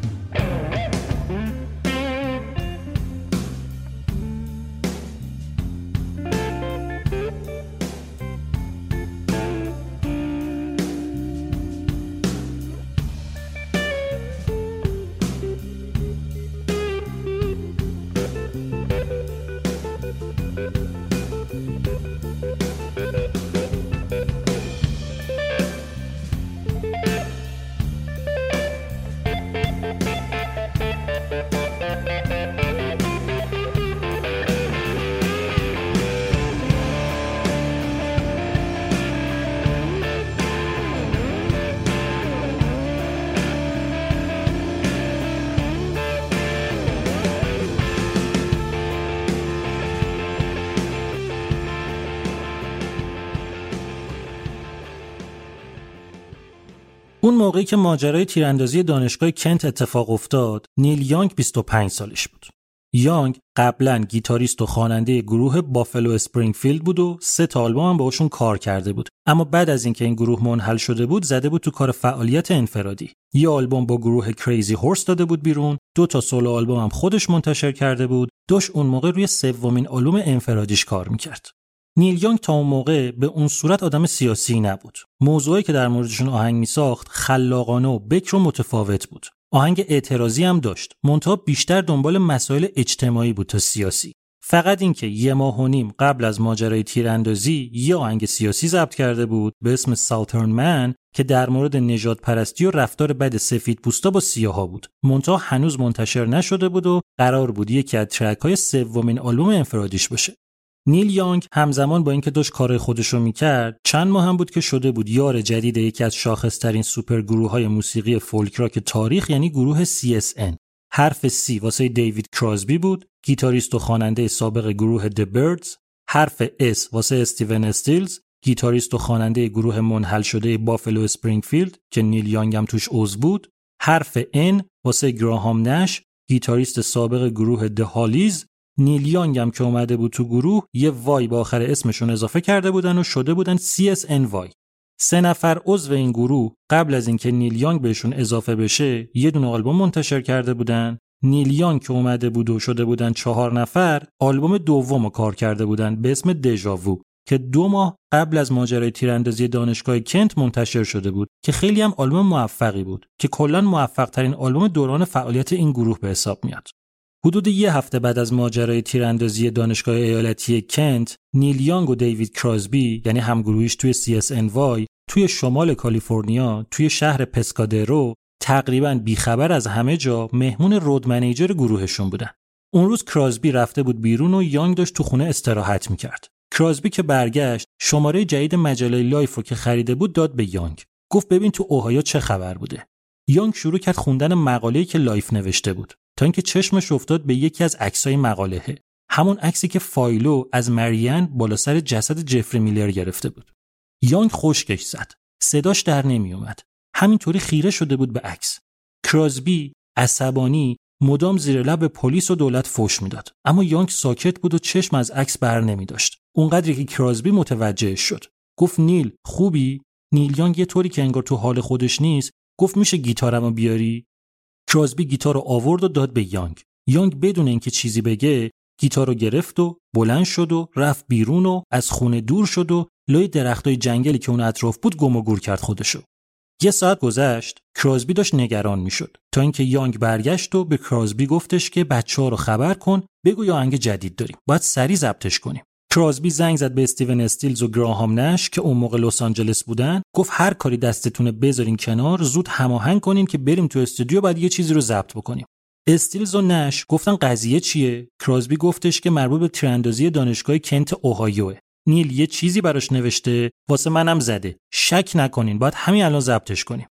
اون موقعی که ماجرای تیراندازی دانشگاه کنت اتفاق افتاد، نیل یانگ بیست و پنج سالش بود. یانگ قبلاً گیتاریست و خواننده گروه بافلو اسپرینگفیلد بود و سه تا آلبوم هم باهاشون کار کرده بود. اما بعد از اینکه این گروه منحل شده بود، زده بود تو کار فعالیت انفرادی. یه آلبوم با گروه کریزی هورس داده بود بیرون، دو تا سولو آلبوم هم خودش منتشر کرده بود. داش اون موقع روی سومین آلبوم انفرادیش کار می‌کرد. نیل یانگ تا اون موقع به اون صورت آدم سیاسی نبود. موضوعی که در موردشون آهنگ میساخت خلاقانه و بکر و متفاوت بود. آهنگ اعتراضی هم داشت، منتها بیشتر دنبال مسائل اجتماعی بود تا سیاسی. فقط اینکه یه ماه و نیم قبل از ماجرای تیراندازی یه آهنگ سیاسی ضبط کرده بود به اسم ساوترن من که در مورد نژاد پرستی و رفتار بد سفیدپوستا با سیاها بود. منتها هنوز منتشر نشده بود و قرار بود یکی از ترک‌های سومین آلبوم انفرادیش باشه. نیل یانگ همزمان با اینکه داشت کار خودشو میکرد، چند ماه هم بود که شده بود یار جدید یکی از شاخص‌ترین سوپر گروه‌های موسیقی فولک راک تاریخ یعنی گروه سی اس ان. حرف C واسه دیوید کراسبی بود، گیتاریست و خواننده سابق گروه The Birds. حرف S واسه استیون استیلز، گیتاریست و خواننده گروه منحل شده بافلو اسپرینگفیلد که نیل یانگ هم توش عضو بود. حرف N واسه گراهام نش، گیتاریست سابق گروه The Hollies. نیل یانگ هم که اومده بود تو گروه یه وای با آخر اسمشون اضافه کرده بودن و شده بودن سی اس ان وای. سه نفر عضو این گروه قبل از اینکه نیل یانگ بهشون اضافه بشه یه دونه آلبوم منتشر کرده بودن. نیل یانگ که اومده بود و شده بودن چهار نفر، آلبوم دومو کار کرده بودن به اسم دژاوو که دو ماه قبل از ماجرای تیراندازی دانشگاه کنت منتشر شده بود که خیلی هم آلبوم موفقی بود که کلاً موفق ترین آلبوم دوران فعالیت این گروه به حساب میاد. حدود یه هفته بعد از ماجرای تیراندازی دانشگاه ایالتی کنت، نیل یانگ و دیوید کراسبی یعنی همگروهیش توی سی اس ان وای توی شمال کالیفرنیا توی شهر پسکادرو تقریباً بیخبر از همه جا مهمون رود منیجر گروهشون بودن. اون روز کراسبی رفته بود بیرون و یانگ داشت تو خونه استراحت میکرد. کراسبی که برگشت شماره جدید مجله لایف رو که خریده بود داد به یانگ. گفت ببین تو اوهایو چه خبر بوده. یانگ شروع کرد خوندن مقاله‌ای که لایف نوشته بود تا اینکه چشمش افتاد به یکی از عکسای مقاله، همون عکسی که فایلو از مریان بالا سر جسد جفری میلر گرفته بود. یانگ خشکش زد، صداش در نمی اومد، همینطوری خیره شده بود به عکس. کراسبی عصبانی مدام زیر لب به پلیس و دولت فحش میداد، اما یانگ ساکت بود و چشم از عکس بر نمی داشت. اونقدری که کراسبی متوجه شد. گفت نیل خوبی؟ نیل یانگ یه طوری که انگار تو حال خودش نیست گفت میشه گیتارمو بیاری؟ کراسبی گیتار رو آورد و داد به یانگ. یانگ بدون اینکه چیزی بگه گیتار رو گرفت و بلند شد و رفت بیرون و از خونه دور شد و لای درختای جنگلی که اون اطراف بود گم و گور کرد خودشو. یه ساعت گذشت، کراسبی داشت نگران میشد تا اینکه یانگ برگشت و به کراسبی گفتش که بچه‌ها رو خبر کن، بگو یه آهنگ جدید داریم، باید سریع ضبطش کنیم. کراسبی زنگ زد به استیون استیلز و گراهام نش که اون موقع لس آنجلس بودن، گفت هر کاری دستتونه بذارین کنار، زود هماهنگ کنیم که بریم تو استودیو بعد یه چیزی رو ضبط بکنیم. استیلز و نش گفتن قضیه چیه؟ کراسبی گفتش که مربوط به تیراندازی دانشگاه کنت اوهایوه. نیل یه چیزی براش نوشته، واسه منم زده. شک نکنین، باید همین الان ضبطش کنیم.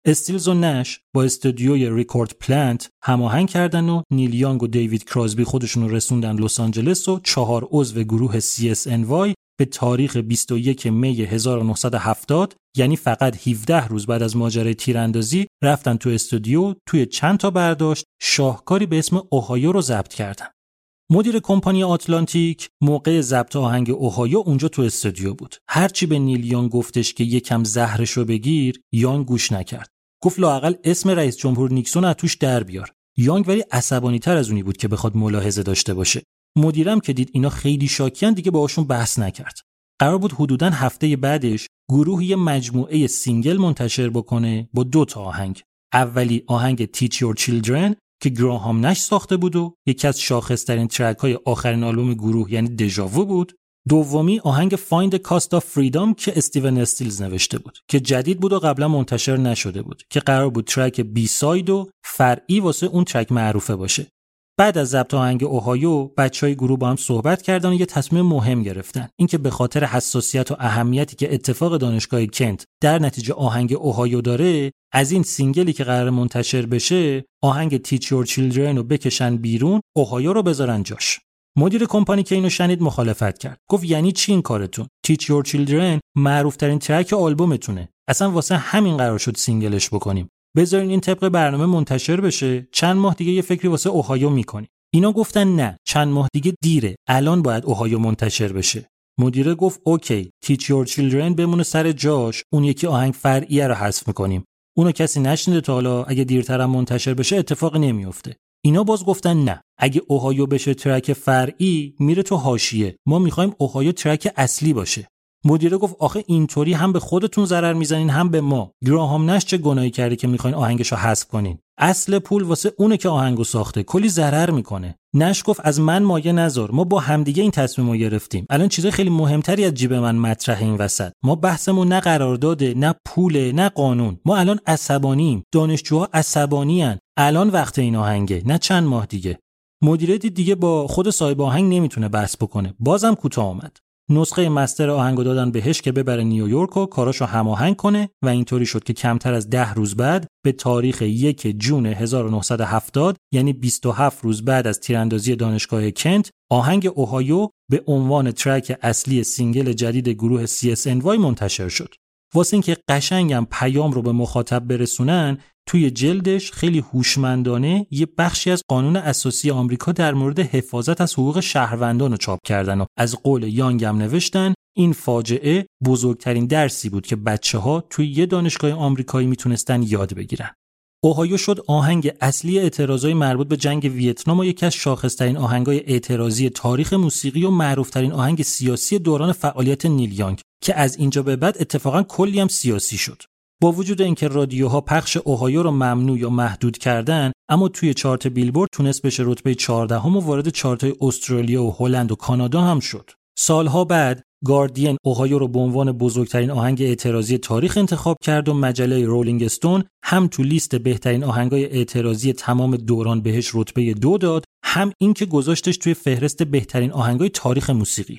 استیلز و نش با استودیوی ریکورد پلنت هماهنگ کردن و نیل یانگ و دیوید کراسبی خودشون رو رسوندن لس آنجلس و چهار عضو گروه سی اس ان وای به تاریخ بیست و یکم می هزار و نهصد و هفتاد، یعنی فقط هفده روز بعد از ماجرای تیراندازی، رفتن تو استودیو توی چند تا برداشت شاهکاری به اسم اوهایو رو ضبط کردن. مدیر کمپانی آتلانتیک موقع ضبط آهنگ اوهایو اونجا تو استودیو بود. هرچی به نیل یانگ گفتش که یکم زهرشو بگیر، یانگ گوش نکرد. گفت لااقل اسم رئیس جمهور نیکسون از توش در بیار. یانگ ولی عصبانی تر از اونی بود که بخواد ملاحظه داشته باشه. مدیرم که دید اینا خیلی شاکیان دیگه باهاشون بحث نکرد. قرار بود حدوداً هفته بعدش گروه یه مجموعه سینگل منتشر بکنه با دو تا آهنگ. اولی آهنگ Teach Your Children که گراهام نش ساخته بود و یکی از شاخص‌ترین ترک‌های آخرین آلبوم گروه یعنی دژاوو بود. دومی آهنگ Find the Cost of Freedom که استیون استیلز نوشته بود که جدید بود و قبلا منتشر نشده بود که قرار بود ترک بی ساید و فرعی واسه اون ترک معروفه باشه. بعد از ضبط آهنگ اوهایو بچهای گروه با هم صحبت کردن و یه تصمیم مهم گرفتن، اینکه به خاطر حساسیت و اهمیتی که اتفاق دانشگاه کنت در نتیجه آهنگ اوهایو داره، از این سینگلی که قرار منتشر بشه آهنگ Teach Your Children رو بکشن بیرون، اوهایو رو بذارن جاش. مدیر کمپانی که اینو شنید مخالفت کرد. گفت یعنی چی این کارتون؟ Teach Your Children معروف ترین ترک آلبومتونه. اصلا واسه همین قرار شد سینگلش بکنیم. بذارین این طبق برنامه منتشر بشه، چند ماه دیگه یه فکری واسه اوهایو میکنی. اینا گفتن نه، چند ماه دیگه دیره، الان باید اوهایو منتشر بشه. مدیره گفت اوکی، Teach Your Children بمونه سر جاش، اون یکی آهنگ فرعیه رو حذف میکنیم. اونو کسی نشنیده تا حالا، اگه دیرترم منتشر بشه اتفاقی نمیفته. اینا باز گفتن نه، اگه اوهایو بشه ترک فرعی میره تو حاشیه، ما میخوایم اوهایو ترک اصلی باشه. مدیره گفت آخه اینطوری هم به خودتون ضرر میزنین هم به ما. گراهام نش چه گناهی کرده که میخواین آهنگشو حذف کنین؟ اصل پول واسه اونه که آهنگو ساخته، کلی ضرر میکنه. نش گفت از من مایه نذار، ما با همدیگه این تصمیمو گرفتیم. الان چیزای خیلی مهمتری از جیب من مطرح این وسط. ما بحثمون نه قرارداده، نه پوله، نه قانون. ما الان عصبانیم، دانشجوها عصبانیان. الان وقت این آهنگه، نه چند ماه دیگه. مدیره دید دیگه با خود صاحب آهنگ نمیتونه بحث بکنه. بازم کوتاه اومد. نسخه مستر آهنگو دادن بهش که ببره نیویورک و کاراشو هماهنگ کنه و اینطوری شد که کمتر از ده روز بعد به تاریخ یک جون هزار و نهصد و هفتاد، یعنی بیست و هفت روز بعد از تیراندازی دانشگاه کنت، آهنگ اوهایو به عنوان ترک اصلی سینگل جدید گروه سی اس ان وای منتشر شد. واسه اینکه قشنگم پیام رو به مخاطب برسونن، توی جلدش خیلی هوشمندانه یه بخشی از قانون اساسی آمریکا در مورد حفاظت از حقوق شهروندان رو چاپ کردن و از قول یانگ هم نوشتن این فاجعه بزرگترین درسی بود که بچه‌ها توی یه دانشگاه آمریکایی میتونستن یاد بگیرن. اوهایو شد آهنگ اصلی اعتراضای مربوط به جنگ ویتنام و یکی از شاخص‌ترین آهنگای اعتراضی تاریخ موسیقی و معروف‌ترین آهنگ سیاسی دوران فعالیت نیل یانگ که از اینجا به بعد اتفاقاً کلی هم سیاسی شد. با وجود اینکه رادیوها پخش اوهایو رو ممنوع یا محدود کردن، اما توی چارت بیلبورد تونست بشه رتبه چهاردهم و وارد چارت‌های استرالیا و هلند و کانادا هم شد. سالها بعد گاردین اوهایو رو به عنوان بزرگترین آهنگ اعتراضی تاریخ انتخاب کرد و مجله رولینگ استون هم تو لیست بهترین آهنگای اعتراضی تمام دوران بهش رتبه دو داد، هم این که گذاشتش توی فهرست بهترین آهنگای تاریخ موسیقی.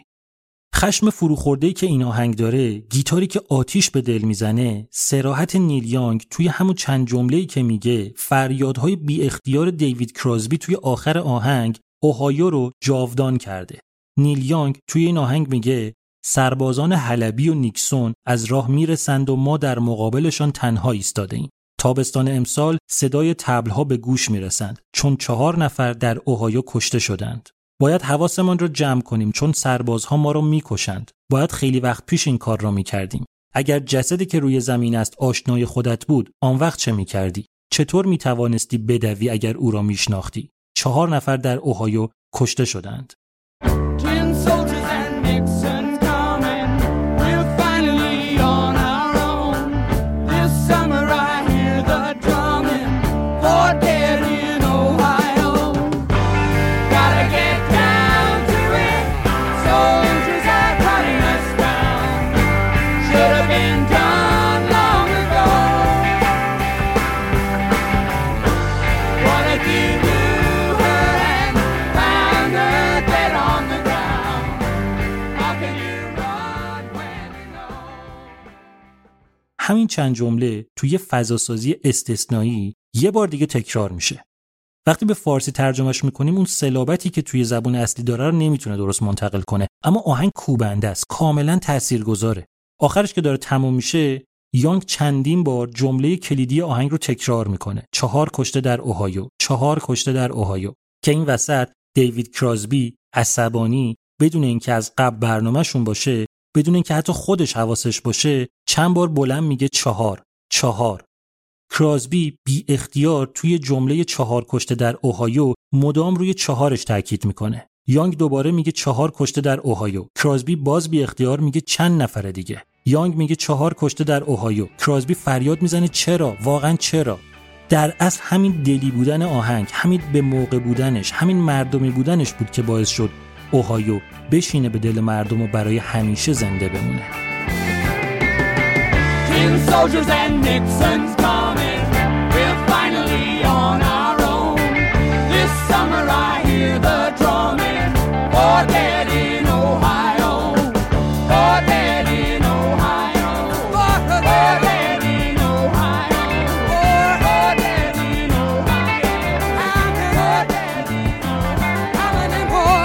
خشم فروخورده‌ای که این آهنگ داره، گیتاری که آتیش به دل میزنه، صراحت نیل یانگ توی همون چند جمله‌ای که میگه، فریادهای بی اختیار دیوید کراسبی توی آخر آهنگ اوهایو رو جاودان کرده. نیل یانگ توی این آهنگ میگه سربازان حلبی و نیکسون از راه میرسند و ما در مقابلشان تنها ایستاده ایم. تابستان امسال صدای طبل‌ها به گوش میرسند چون چهار نفر در اوهایو کشته شدند. باید حواسمان رو جمع کنیم چون سربازها ما رو میکشند. باید خیلی وقت پیش این کار رو میکردیم. اگر جسدی که روی زمین است آشنای خودت بود، آن وقت چه میکردی؟ چطور میتوانستی بدوی اگر او را میشناختی؟ چهار نفر در اوهایو کشته شدند. همین چند جمله توی فضاسازی استثنایی یه بار دیگه تکرار میشه. وقتی به فارسی ترجمهش میکنیم اون صلابتی که توی زبان اصلی داره رو نمیتونه درست منتقل کنه، اما آهنگ کوبنده است، کاملا تاثیرگذاره. آخرش که داره تموم میشه، یانگ چندین بار جمله کلیدی آهنگ رو تکرار میکنه: چهار کشته در اوهایو، چهار کشته در اوهایو. که این وسط دیوید کراسبی عصبانی، بدون اینکه از قبل برنامه‌شون باشه، بدون اینکه حتی خودش حواسش باشه، چند بار بلند میگه چهار، چهار. کراسبی بی اختیار توی جمله چهار کشته در اوهایو مدام روی چهارش تاکید میکنه. یانگ دوباره میگه چهار کشته در اوهایو. کراسبی باز بی اختیار میگه چند نفر دیگه. یانگ میگه چهار کشته در اوهایو. کراسبی فریاد میزنه چرا؟ واقعا چرا؟ در اصل همین دلی بودن آهنگ، همین به موقع بودنش، همین مردمی بودنش بود که باعث شد اوهایو بشینه به دل مردم و برای همیشه زنده بمونه. Tin soldiers and Nixon's coming. We're finally on our own. This summer I hear the drumming. For dead in Ohio. For dead in Ohio. For dead in Ohio. For dead in Ohio. For dead in Ohio. For dead in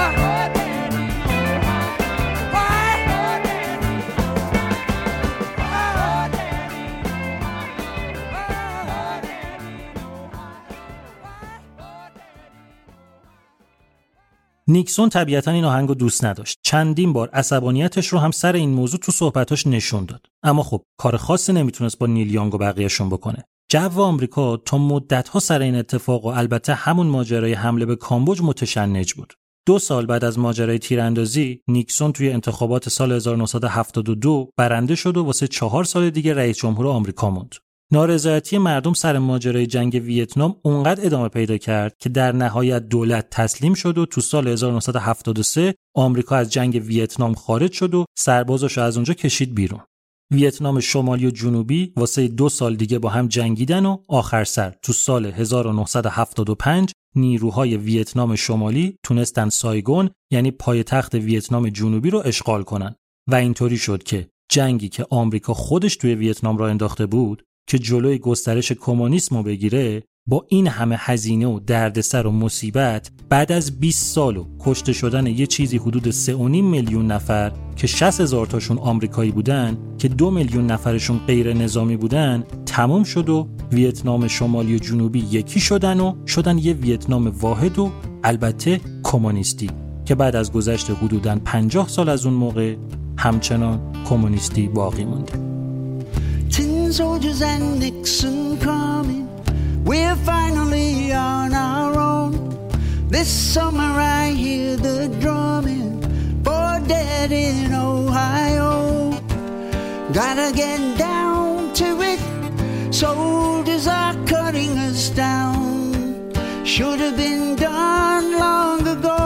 نیکسون طبیعتاً این آهنگو دوست نداشت. چندین بار عصبانیتش رو هم سر این موضوع تو صحبتاش نشون داد. اما خب کار خاصی نمیتونست با نیل یانگ و بقیه‌شون بکنه. جو آمریکا تا مدت‌ها سر این اتفاق و البته همون ماجرای حمله به کامبوج متشنج بود. دو سال بعد از ماجرای تیراندازی، نیکسون توی انتخابات سال هزار و نهصد و هفتاد و دو برنده شد و واسه چهار سال دیگه رئیس جمهور آمریکا موند. نارضایتی مردم سر ماجرای جنگ ویتنام اونقدر ادامه پیدا کرد که در نهایت دولت تسلیم شد و تو سال هزار و نهصد و هفتاد و سه آمریکا از جنگ ویتنام خارج شد و سربازاشو از اونجا کشید بیرون. ویتنام شمالی و جنوبی واسه دو سال دیگه با هم جنگیدن و آخر سر تو سال هزار و نهصد و هفتاد و پنج نیروهای ویتنام شمالی تونستن سایگون، یعنی پایتخت ویتنام جنوبی رو اشغال کنن و اینطوری شد که جنگی که آمریکا خودش توی ویتنام راه انداخته بود که جلوی گسترش کمونیسم رو بگیره، با این همه هزینه و دردسر و مصیبت بعد از بیست سال و کشته شدن یه چیزی حدود سه و نیم میلیون نفر که شصت هزار تاشون آمریکایی بودن که دو میلیون نفرشون غیر نظامی بودن تموم شد و ویتنام شمالی و جنوبی یکی شدن و شدن یه ویتنام واحد و البته کمونیستی که بعد از گذشت حدوداً پنجاه سال از اون موقع همچنان کمونیستی باقی مونده. Tin soldiers and Nixon coming. We're finally on our own. This summer I hear the drumming. For dead in Ohio. Gotta get down to it. Soldiers are cutting us down. Should have been done long ago.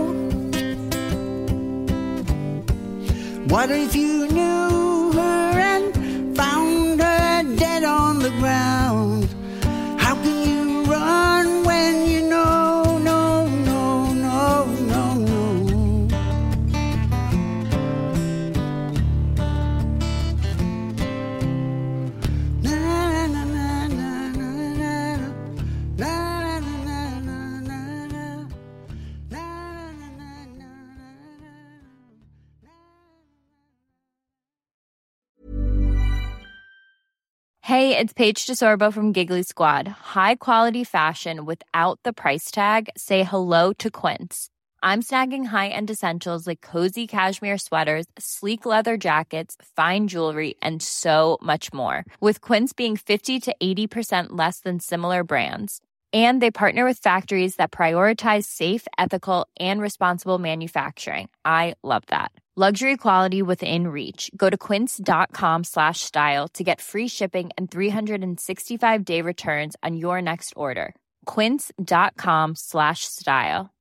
What if you knew her and found her dead on the ground? How can you run when you know, no, no, no, no, no? Na na na na na na na na na na na. Hey, it's Paige DeSorbo from Giggly Squad. High quality fashion without the price tag. Say hello to Quince. I'm snagging high-end essentials like cozy cashmere sweaters, sleek leather jackets, fine jewelry, and so much more. With Quince being fifty to eighty percent less than similar brands. And they partner with factories that prioritize safe, ethical, and responsible manufacturing. I love that. Luxury quality within reach. Go to quince.com slash style to get free shipping and three sixty-five day returns on your next order. Quince.com slash style.